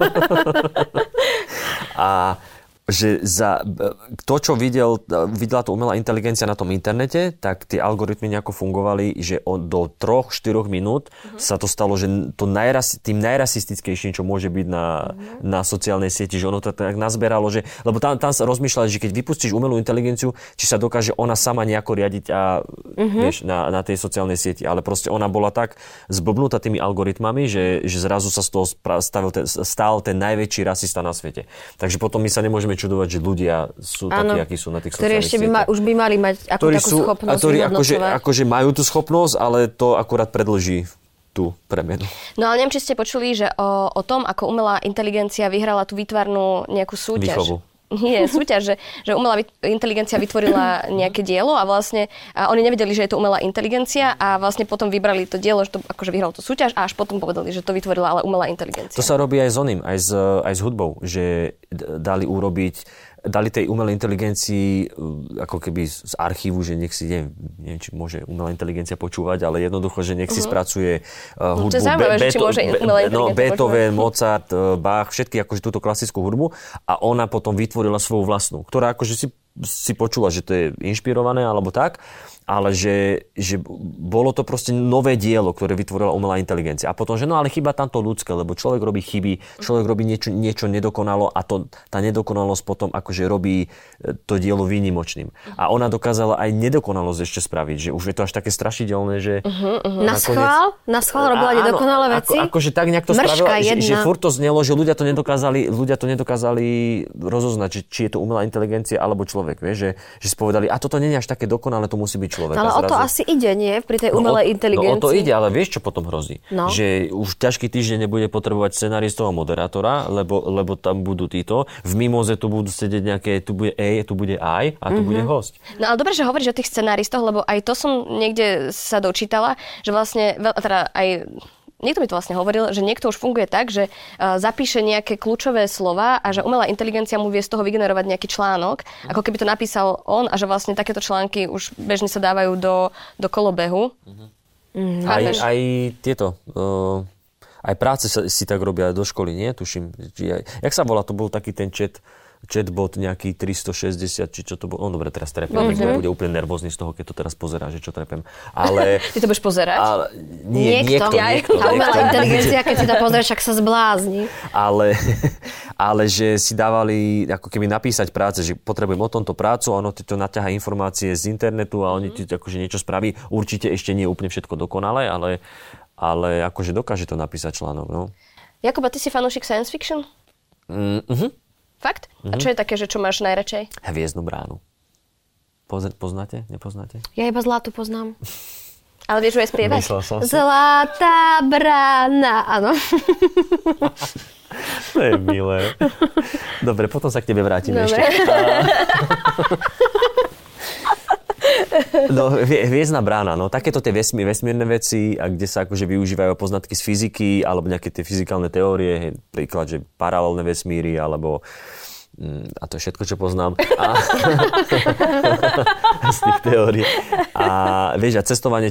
A že za to, čo videla to umelá inteligencia na tom internete, tak tie algoritmy nejako fungovali, že do 3-4 minút sa to stalo, že tým najrasistickejším, čo môže byť na sociálnej sieti, že ono to tak nazberalo, že, lebo tam sa rozmýšľali, že keď vypustíš umelú inteligenciu, či sa dokáže ona sama nejako riadiť vieš, na tej sociálnej sieti, ale proste ona bola tak zblbnutá tými algoritmami, že zrazu sa z toho stal ten najväčší rasista na svete. Takže potom my sa nemôžeme čudovať, že ľudia sú takí, akí sú na tých sociálnych sieťach. Už by mali mať takú schopnosť vyhodnocovať. Akože majú tú schopnosť, ale to akurát predĺží tú premenu. No ale neviem, či ste počuli, že o tom, ako umelá inteligencia vyhrala tú výtvarnú nejakú súťaž. Výchovu. Nie, súťaž, že umelá inteligencia vytvorila nejaké dielo a vlastne oni nevedeli, že je to umelá inteligencia a vlastne potom vybrali to dielo, že to akože vyhralo tú súťaž a až potom povedali, že to vytvorila ale umelá inteligencia. To sa robí aj s oným, aj s hudbou, že dali tej umelej inteligencii ako keby z archívu, že nech si, neviem, či môže umelá inteligencia počúvať, ale jednoducho, že nech si spracuje hudbu. To je zaujímavé, že či môže umelá inteligencia Beethoven, Mozart, Bach, všetky akože túto klasickú hudbu a ona potom vytvorila svoju vlastnú, ktorá akože si počula, že to je inšpirované alebo tak, ale že bolo to proste nové dielo, ktoré vytvorila umelá inteligencia. A potom, že no ale chyba tam to ľudské, lebo človek robí chyby, človek robí niečo nedokonalo a tá nedokonalosť potom akože robí to dielo výnimočným. A ona dokázala aj nedokonalosť ešte spraviť, že už je to až také strašidelné, že... Na schvál robila nedokonalé veci? Akože tak nejak to spravila, že furt to znelo, že ľudia to nedokázali rozoznať, či je to umelá inteligencia alebo človek, vieš, že si povedali, a toto nie je až také dokonalé, to musí byť človek. Ale o to asi ide, nie? Pri tej umelej inteligencii. No o to ide, ale vieš, čo potom hrozí? No. Že už ťažký týždeň nebude potrebovať scenaristov a moderátora, lebo tam budú títo. V mimoze tu budú sedieť nejaké, tu bude tu bude I a tu bude host. No ale dobre, že hovoríš o tých scenáristoch, lebo aj to som niekde sa dočítala, že vlastne, teda aj... Niekto mi to vlastne hovoril, že niekto už funguje tak, že zapíše nejaké kľúčové slova a že umelá inteligencia mu vie z toho vygenerovať nejaký článok, ako keby to napísal on a že vlastne takéto články už bežne sa dávajú do kolobehu. Aj tieto... Aj práce si tak robia do školy, nie? Tuším. Jak sa volá? To bol taký ten chatbot nejaký 360, či čo to bolo. No dobre, teraz trepem. Niekto bude úplne nervózny z toho, keď to teraz pozerá, že čo trepem. Ale... Ty to budeš pozerať? Niekto. A umelá inteligencia, keď si to pozrieš, ak sa zblázni. Ale že si dávali ako keby napísať práce, že potrebujem o tomto prácu a ono ti to naťahá informácie z internetu a oni ti akože niečo spraví. Určite ešte nie úplne všetko dokonalé, ale akože dokáže to napísať článok, no. Jakub, a ty si fanúšik science fiction? Fakt? A čo je také, že čo máš najradšej? Hviezdnu bránu. Poznáte? Nepoznáte? Ja iba Zlatu poznám. Ale vieš ju aj spievať? Myslel som si. Zlatá brána, áno. To je milé. Dobre, potom sa k tebe vrátime ešte. No, hviezdna brána, no takéto tie vesmírne veci, a kde sa akože využívajú poznatky z fyziky alebo nejaké tie fyzikálne teórie, príklad, že paralelné vesmíry alebo a to je všetko, čo poznám. Z tých teórií. A vieš, a cestovanie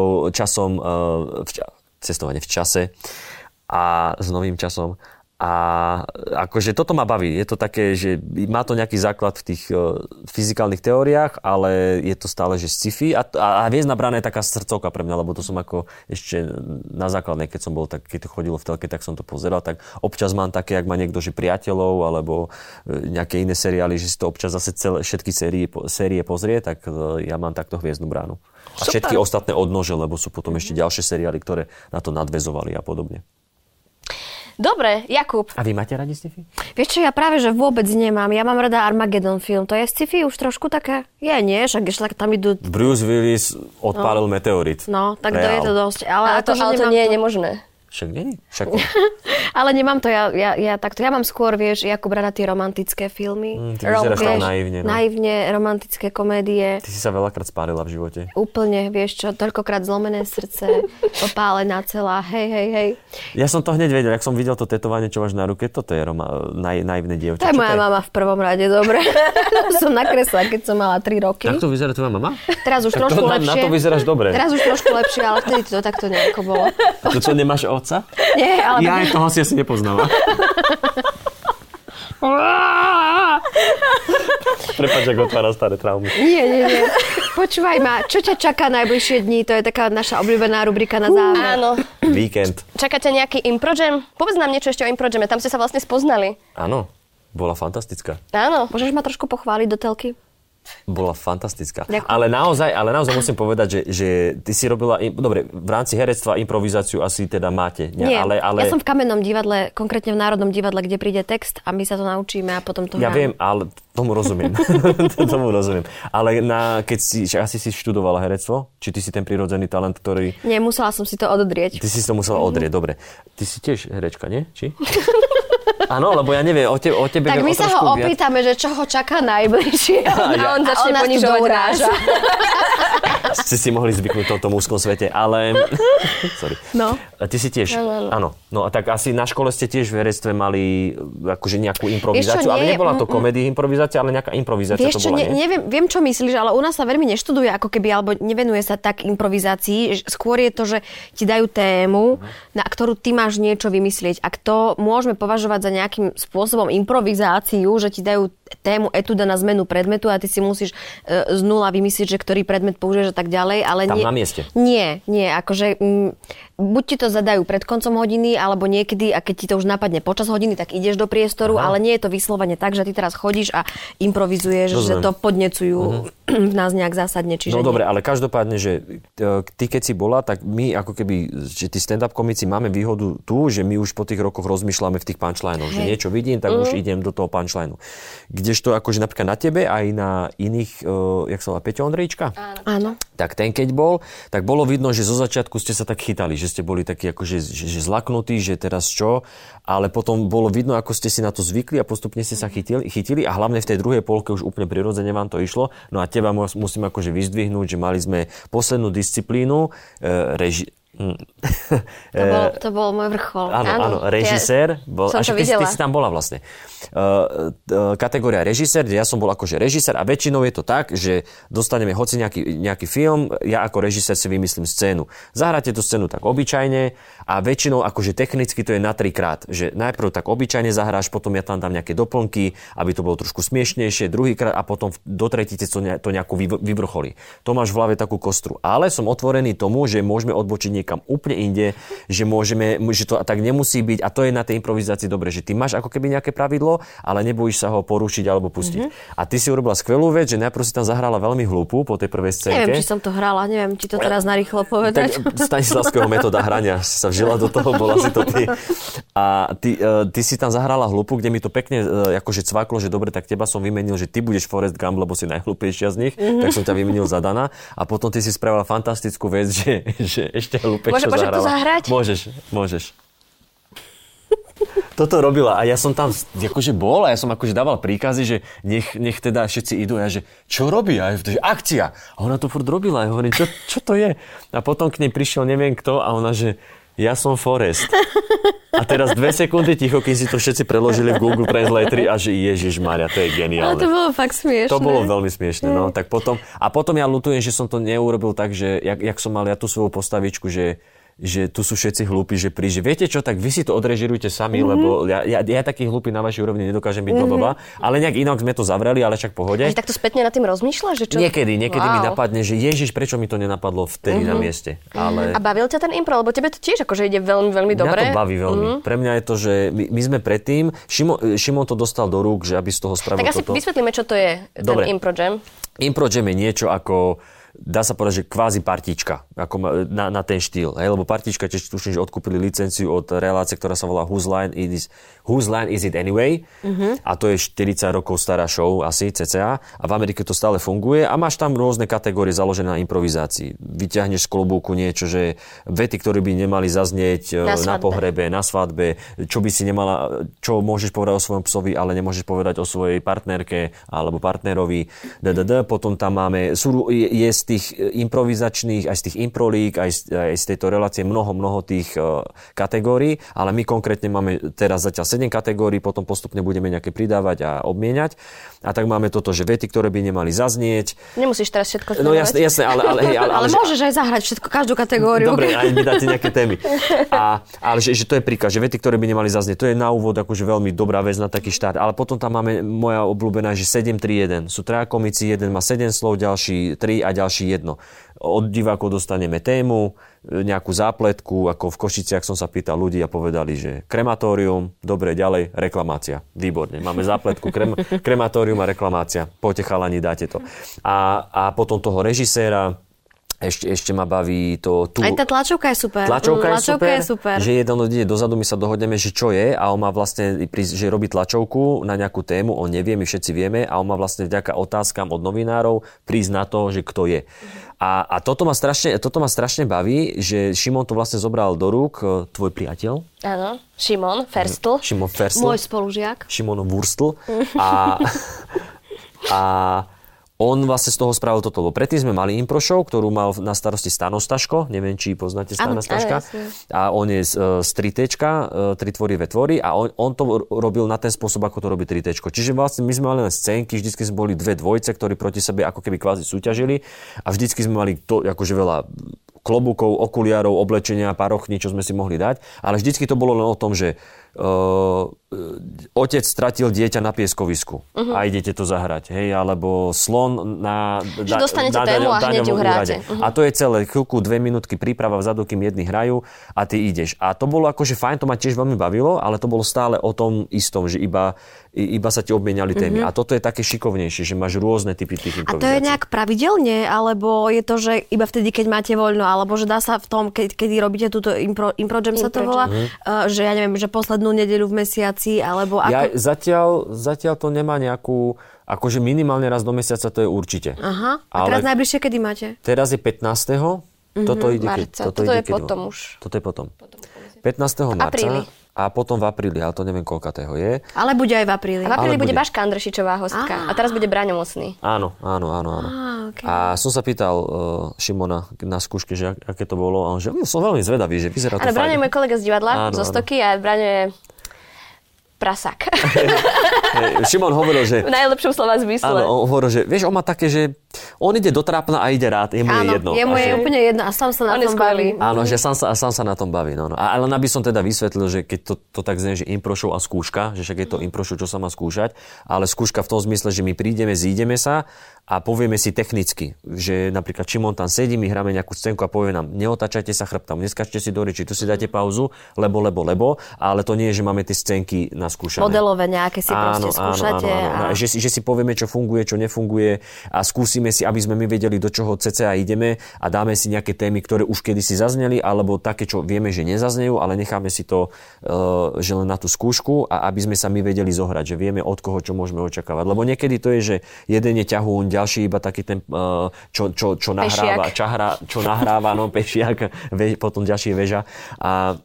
cestovanie v čase a s novým časom. A akože toto ma baví. Je to také, že má to nejaký základ v tých fyzikálnych teóriách, ale je to stále, že sci-fi. A Hviezdna brána je taká srdcovka pre mňa, lebo to som ako ešte na základnej, keď som bol, tak keď to chodilo v telke, tak som to pozeral. Tak občas mám také, ak má niekto, že priateľov, alebo nejaké iné seriály, že si to občas zase všetky série pozrie, tak ja mám takto Hviezdnu bránu. A všetky ostatné odnože, lebo sú potom ešte ďalšie seriály, ktoré na to nadväzovali a podobne. Dobre, Jakub. A vy máte radi sci-fi? Vieš čo, ja práve, že vôbec nemám. Ja mám rada Armageddon film. To je sci-fi už trošku také? Je, nie? Však ešte tam idú... Bruce Willis odpálil meteorit. No, tak to je to dosť. Ale to nie je nemožné. Však nie? Ale nemám to, ja mám skôr, vieš, Jakub rada tie romantické filmy. Ty vyzeráš tam naivne. No. Naivne, romantické komédie. Ty si sa veľakrát spálila v živote. Úplne, vieš čo, toľkokrát zlomené srdce, popálená celá, hej. Ja som to hneď vedel, ak som videl to tetovanie, čo máš na ruke, toto je naivné dievča. To je moja mama v prvom rade, dobre. Som nakresla, keď som mala 3 roky. Tak to vyzerá tvoja mama? Teraz už trošku lepšie. Na to vyzeráš dobre. Teraz už trošku lepšie, ale vtedy to takto nejako bolo. To čo, nemáš otca? Nie, ale... Ja aj toho si asi nepoznala. Prepáč, ako otvára staré traumy. Nie. Počúvaj ma, čo ťa čaká najbližšie dni? To je taká naša obľúbená rubrika na záver. Áno. Víkend. Čakáte nejaký impro-jam? Povedz nám niečo ešte o impro-jame. Tam ste sa vlastne spoznali. Áno, bola fantastická. Áno. Môžeš ma trošku pochváliť do telky? Bola fantastická. Ďakujem. Ale naozaj musím povedať, že ty si robila, dobre, v rámci herectva improvizáciu asi teda máte. Nie, ale... ja som v Kamennom divadle, konkrétne v Národnom divadle, kde príde text a my sa to naučíme a potom to Ja hráme. viem, ale tomu rozumiem. Ale keď asi si študovala herectvo? Či ty si ten prirodzený talent, ktorý... Nie, musela som si to ododrieť. Ty si to musela odrieť, dobre. Ty si tiež herečka, nie? Či? Áno, lebo ja neviem, o tebe Tak my sa ho opýtame, že čo ho čaká najbližšie. A on začne ponižovať nás. Ste si mohli zvyknúť v tomto mužskom svete, ale... Sorry. No. Ty si tiež... Áno. No a tak asi na škole ste tiež v herectve mali akože nejakú improvizáciu, ale nebola to komédia improvizácia, ale nejaká improvizácia to bola, nie? Viem, čo myslíš, ale u nás sa veľmi neštuduje ako keby, alebo nevenuje sa tak improvizácii. Skôr je to, že ti dajú tému, na ktorú ty máš niečo vymyslieť. A to môžeme považovať za nejakým spôsobom improvizáciu, že ti dajú tému etuda na zmenu predmetu a ty si musíš z nula vymyslieť, že ktorý predmet použiješ a tak ďalej. Ale tam na mieste? Nie, akože buď ti to zadajú pred koncom hodiny, alebo niekedy, a keď ti to už napadne počas hodiny, tak ideš do priestoru, ale nie je to vyslovene tak, že ty teraz chodíš a improvizuješ, že to podnecujú v nás nejak zásadne. Čiže no dobre, ale každopádne, že ty keď si bola, tak my ako keby, že tí stand-up komici máme výhodu tu, že my už po tých rokoch rozmýšľame v tých punchlinech, že niečo vidím, tak už idem do toho punchlineu. Kdežto akože napríklad na tebe aj na iných, jak sa volá, Peťo Ondrejčka? Áno. Tak ten keď bol, tak bolo vidno, že zo začiatku ste sa tak chytali, že ste boli takí akože že zlaknutí, že teraz čo, ale potom bolo vidno, ako ste si na to zvykli a postupne ste sa chytili a hlavne v tej druhej polke už úplne prirodzene vám to išlo. No a teba musím akože vyzdvihnúť, že mali sme poslednú disciplínu, To bol môj vrchol. Áno, režisér. Ty si tam bola vlastne. Kategória režisér, kde ja som bol akože režisér a väčšinou je to tak, že dostaneme hoci nejaký film, ja ako režisér si vymyslím scénu. Zahráte tú scénu tak obyčajne a väčšinou akože technicky to je na 3-krát. Že najprv tak obyčajne zahráš, potom ja tam dám nejaké doplnky, aby to bolo trošku smiešnejšie, druhýkrát a potom do tretice to nejako vyvrcholí. To máš v hlave takú kostru. Ale som otvorený tomu, že môžeme odbočiť kam úplne inde, že to tak nemusí byť a to je na tej improvizácii dobre, že ty máš ako keby nejaké pravidlo, ale nebojíš sa ho porušiť alebo pustiť. A ty si urobila skvelú vec, že najprv si tam zahrala veľmi hlúpu po tej prvej scénke. Neviem, či som to hrala, neviem, či to teraz narýchlo povedať. Tak Stanislavského metóda hrania sa vžila do toho, bola si to ty. A ty si tam zahrala hlúpu, kde mi to pekne akože cvaklo, že dobre, tak teba som vymenil, že ty budeš Forrest Gump, lebo si najhlúpejšia z nich, tak som ťa vymenil za Dana a potom ty si spravila fantastickú vec, že ešte Môžem to zahrať? Môžeš. Toto robila a ja som tam akože bol a ja som akože dával príkazy, že nech teda všetci idú a ja, že čo robí? A ja, že akcia. A ona to furt robila a ja hovorím, čo to je? A potom k nej prišiel neviem kto a ona, že ja som Forrest. A teraz 2 sekundy ticho, keď si to všetci preložili v Google Translatori a že Ježišmária, to je geniálne. Ale to bolo fakt smiešné. To bolo veľmi smiešné, no. Tak potom ja ľutujem, že som to neurobil tak, že jak som mal ja tú svoju postavičku, že tu sú všetci hlúpi, že viete čo, tak vy si to odrežirujte sami, lebo ja taký hlúpy na vašej úrovni nedokážem byť blbá, ale nejak inak sme to zavreli, ale však pohode. A takto spätne nad tým rozmýšľaš, že čo? Niekedy mi napadne, že Ježiš, prečo mi to nenapadlo vtedy na mieste. Ale... A bavil ťa ten impro, lebo tebe to tiež akože ide veľmi, veľmi dobre. Mňa to baví veľmi. Pre mňa je to, že my sme predtým, Šimon to dostal do rúk, že aby z toho spravil toto. Tak asi vysvetlíme, čo to je ten Impro Jam. Impro Jam je niečo ako, dá sa povedať, že kvázi partička, ako na ten štýl. Lebo partička tiež tuším, že odkúpili licenciu od relácie, ktorá sa volá Whose Line Is It Anyway? A to je 40 rokov stará show asi, cca. A v Amerike to stále funguje a máš tam rôzne kategórie založené na improvizácii. Vyťahneš z klobúku niečo, že vety, ktoré by nemali zaznieť na pohrebe, na svadbe, čo by si nemala, čo môžeš povedať o svojom psovi, ale nemôžeš povedať o svojej partnerke alebo partnerovi. Potom tam máme, je z tých improvizačných, aj z tých improlík, aj z tejto relácie mnoho tých kategórií, ale my konkrétne máme teraz zatiaľ 7 kategórií, potom postupne budeme nejaké pridávať a obmieniať. A tak máme toto, že vety, ktoré by nemali zaznieť. Nemusíš teraz všetko No jasné, ale môžeš aj zahrať všetko, každú kategóriu. Dobre, aj mi dáte nejaké témy. Ale že to je príklad, že vety, ktoré by nemali zaznieť, to je na úvod akože veľmi dobrá vec na taký štart, ale potom tam máme moja obľúbená, že 7-3-1. Sú 3 komici, jeden má 7 slov, ďalší 3 a ďalší 1. Od divákov dostaneme tému, nejakú zápletku, ako v Košiciach som sa pýtal ľudí a povedali, že krematórium, dobre, ďalej, reklamácia. Výborne, máme zápletku, krematórium a reklamácia. Poďte chalani, dáte to. A potom toho režiséra, Ešte ma baví to... Aj tá tlačovka je super. Tlačovka je super. Že jeden ide dozadu, my sa dohodneme, že čo je a on má vlastne, že robí tlačovku na nejakú tému, on nevie, my všetci vieme a on má vlastne vďaka otázkam od novinárov prísť na to, že kto je. A toto ma strašne baví, že Šimon to vlastne zobral do rúk, tvoj priateľ. Áno, Šimon Ferstl. Môj spolužiak. Šimon Wurstl. A on vlastne z toho spravil toto. Predtým sme mali impro show, ktorú mal na starosti Stano Staško. Neviem, či poznáte Stana Staška. A on je z 3Tčka, 3 tvorivé tvory a on to robil na ten spôsob, ako to robí 3Tčko. Čiže vlastne my sme mali len scénky, vždycky sme boli dve dvojce, ktorí proti sebe ako keby kvázi súťažili a vždycky sme mali to, akože veľa klobúkov, okuliarov, oblečenia, parochní, čo sme si mohli dať. Ale vždycky to bolo len o tom, že otec stratil dieťa na pieskovisku a idete to zahrať, hej, alebo slon na že dostanete tému a hneď ju hráte. A to je celé, chvíľku, 2 minútky príprava vzadu, kým jedni hrajú a ty ideš. A to bolo akože fajn, to ma tiež veľmi bavilo, ale to bolo stále o tom istom, že iba sa ti obmieniali témy. A toto je také šikovnejšie, že máš rôzne typy tých improvizácií. A to je nejak pravidelne, alebo je to, že iba vtedy, keď máte voľno, alebo že dá sa v tom, keď robíte túto impro jam sa to volá, že ja neviem, že poslednú nedeľu v mesiaci, alebo ako... Ja zatiaľ to nemá nejakú, akože minimálne raz do mesiaca to je určite. Aha, a teraz najbližšie kedy máte? Teraz je 15. Toto ide marca. Toto je potom už. Toto je potom. 15. marca. Apríli. A potom v apríli, ale to neviem, koľkatého je. Ale bude aj v apríli. A v apríli bude Baška Andrešičová hostka. A teraz bude Braňo Mocný. Áno. Okay. A som sa pýtal Šimona na skúške, že aké to bolo. A on že som veľmi zvedavý, že vyzerá to fajn. Braňo je môj kolega z divadla, zo Stoky a Braňo je prasák. Šimon hovoril, že... V najlepšom slova zmysle. Áno, on hovoril, že vieš, on má také, že on ide do trápna a ide rád, jemu je jedno. Jemu je úplne jedno a sám sa na tom baví. Áno, že sám sa na tom baví. No. A len aby som teda vysvetlil, že keď to tak znie, že impro show a skúška, že však je to impro show, čo sa má skúšať, ale skúška v tom zmysle, že my prídeme, zídeme sa a povieme si technicky, že napríklad Šimon tam sedí, my hráme nejakú scénku a povie nám, neotáčajte sa chrbtom, neskačte si do reči, tu si dáte pauzu, lebo, ale to nie je, že máme tie scénky naskúšané. Modelové nejaké si proste skúšate. Áno. Že si povieme, čo funguje, čo nefunguje a skúsime si, aby sme my vedeli, do čoho cca ideme a dáme si nejaké témy, ktoré už kedysi zazneli, alebo také, čo vieme, že nezaznejú, ale necháme si to, že len na tú skúšku a aby sme sa my vedeli zohrať, že vieme, od koho čo môžeme očakávať. Lebo niekedy to je, že jeden je ťahún, ďalší iba taký ten, čo nahráva, no pešiak, potom ďalší je väža. A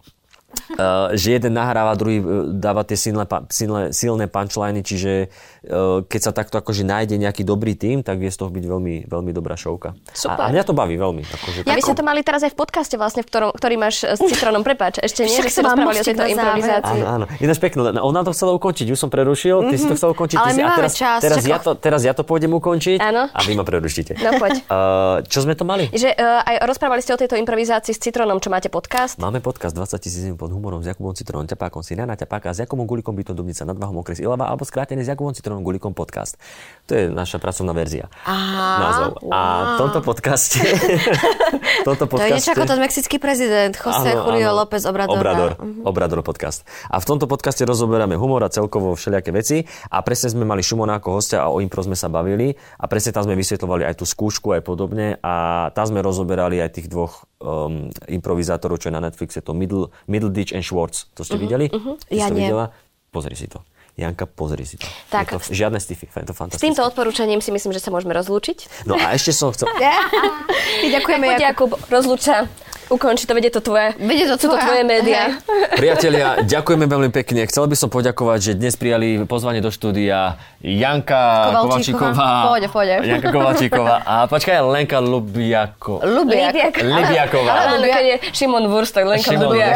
že jeden nahráva, druhý dáva tie silné punchliny, čiže keď sa takto akože nájde nejaký dobrý tím, tak vie z toho byť veľmi, veľmi dobrá šovka. Super. A mňa to baví veľmi. Akože vy ste to mali teraz aj v podcaste vlastne, ktorý máš s Citrónom, prepáč. Ešte nie, že ste rozprávali o tejto improvizácii. Áno. Ináč pekno, ona to chcela ukončiť, už som prerušil, ty si to chcel ukončiť. Ale my máme čas. Teraz ja to pôjdem ukončiť. Áno. A vy ma prerušíte. No poď. Čo sme to mali? Že aj rozprávali ste o tejto improvizácii s Citrónom, čo máte podcast? Máme podcast 20 000 pod humorom s Jakubom Citrónom, ťapákom Sinana, ťapáka s Jakubom Gulikom, Bytom Dubnica, nad Váhom, okres Ilava, alebo skrátený s Jakubom Citrónom Gulikom podcast. To je naša pracovná verzia. Názov. Wow. A v tomto podcaste... To je niečo ako ten mexický prezident José Julio López Obrador. Obrador podcast. A v tomto podcaste rozoberáme humor a celkovo všelijaké veci. A presne sme mali Šimona ako hostia a o impro sme sa bavili. A presne tam sme vysvetľovali aj tú skúšku aj podobne. A tam sme rozoberali aj tých dvoch improvizátorov, čo je na Netflixe, to Middleditch and Schwartz. To ste videli? Ja nie. Videla? Pozri si to. Janka, pozri si to. Tak, žiadne sci-fi, to fantastické. S týmto odporúčaním si myslím, že sa môžeme rozlúčiť. No a ešte som chcel... Ďakujeme, Jakub. Rozlúča. Ukonči to, vedie to tvoje. Sú to tvoje médiá. Priatelia, ďakujeme veľmi pekne. Chcel by som poďakovať, že dnes prijali pozvanie do štúdia Janka Kovalčíková. Pôjde. Janka Kovalčíková a počkaj, Lenka Lubiaková. Áno, keď je Šimon Wurst, tak Lenka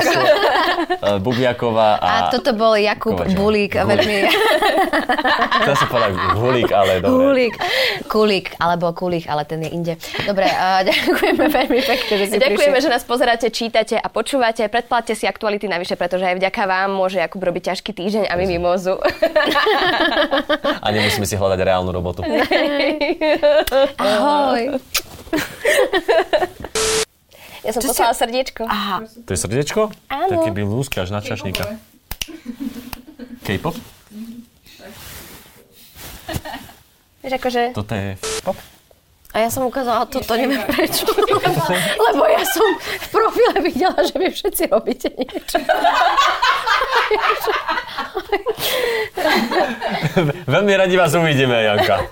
Bubiaková. A toto bol Jakub Bulík. Veľmi... To sa povedal Hulík, ale dobre. Kulík, alebo Kulík, ale ten je inde. Dobre, ďakujeme veľmi pekne, že si Ďakujeme, že nás pozeráte, čítate a počúvate. Predplatte si aktuality navyše, pretože aj vďaka vám môže Jakub robiť ťažký týždeň a my mimozu. A nemusíme si hľadať reálnu robotu. Ahoj. Ja som poslala srdiečko. Aha. To je srdiečko? Áno. Taký byl lúsky až na čašníka. K-pop? Vieš, akože... Toto je pop? A ja som ukázala, toto neviem prečo. Lebo ja som v profile videla, že vy všetci robíte niečo. Veľmi radi vás uvidíme, Janka.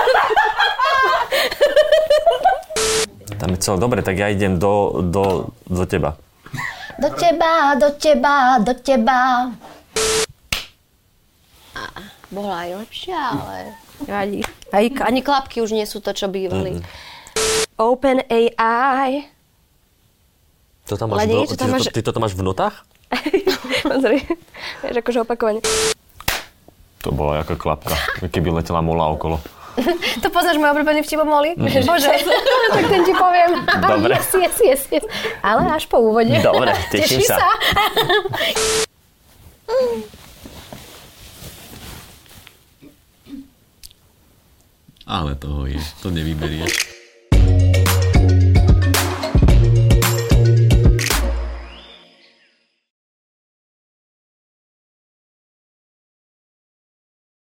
Tam je celé dobre, tak ja idem do teba. Do teba. Bola aj lepšia, ale nevadí. Ani klapky už nie sú to, čo bývali. Open AI. To tam máš ty to tam máš v notách? Pozri, vieš, akože opakovane. To bola jaká klapka, keby letela mola okolo. To poznáš môj obľúbený vtip o moli? Bože, tak ten ti poviem. Dobre. Yes. Ale až po úvode. Dobre, teším sa. Ale toho je, to nevyberieš.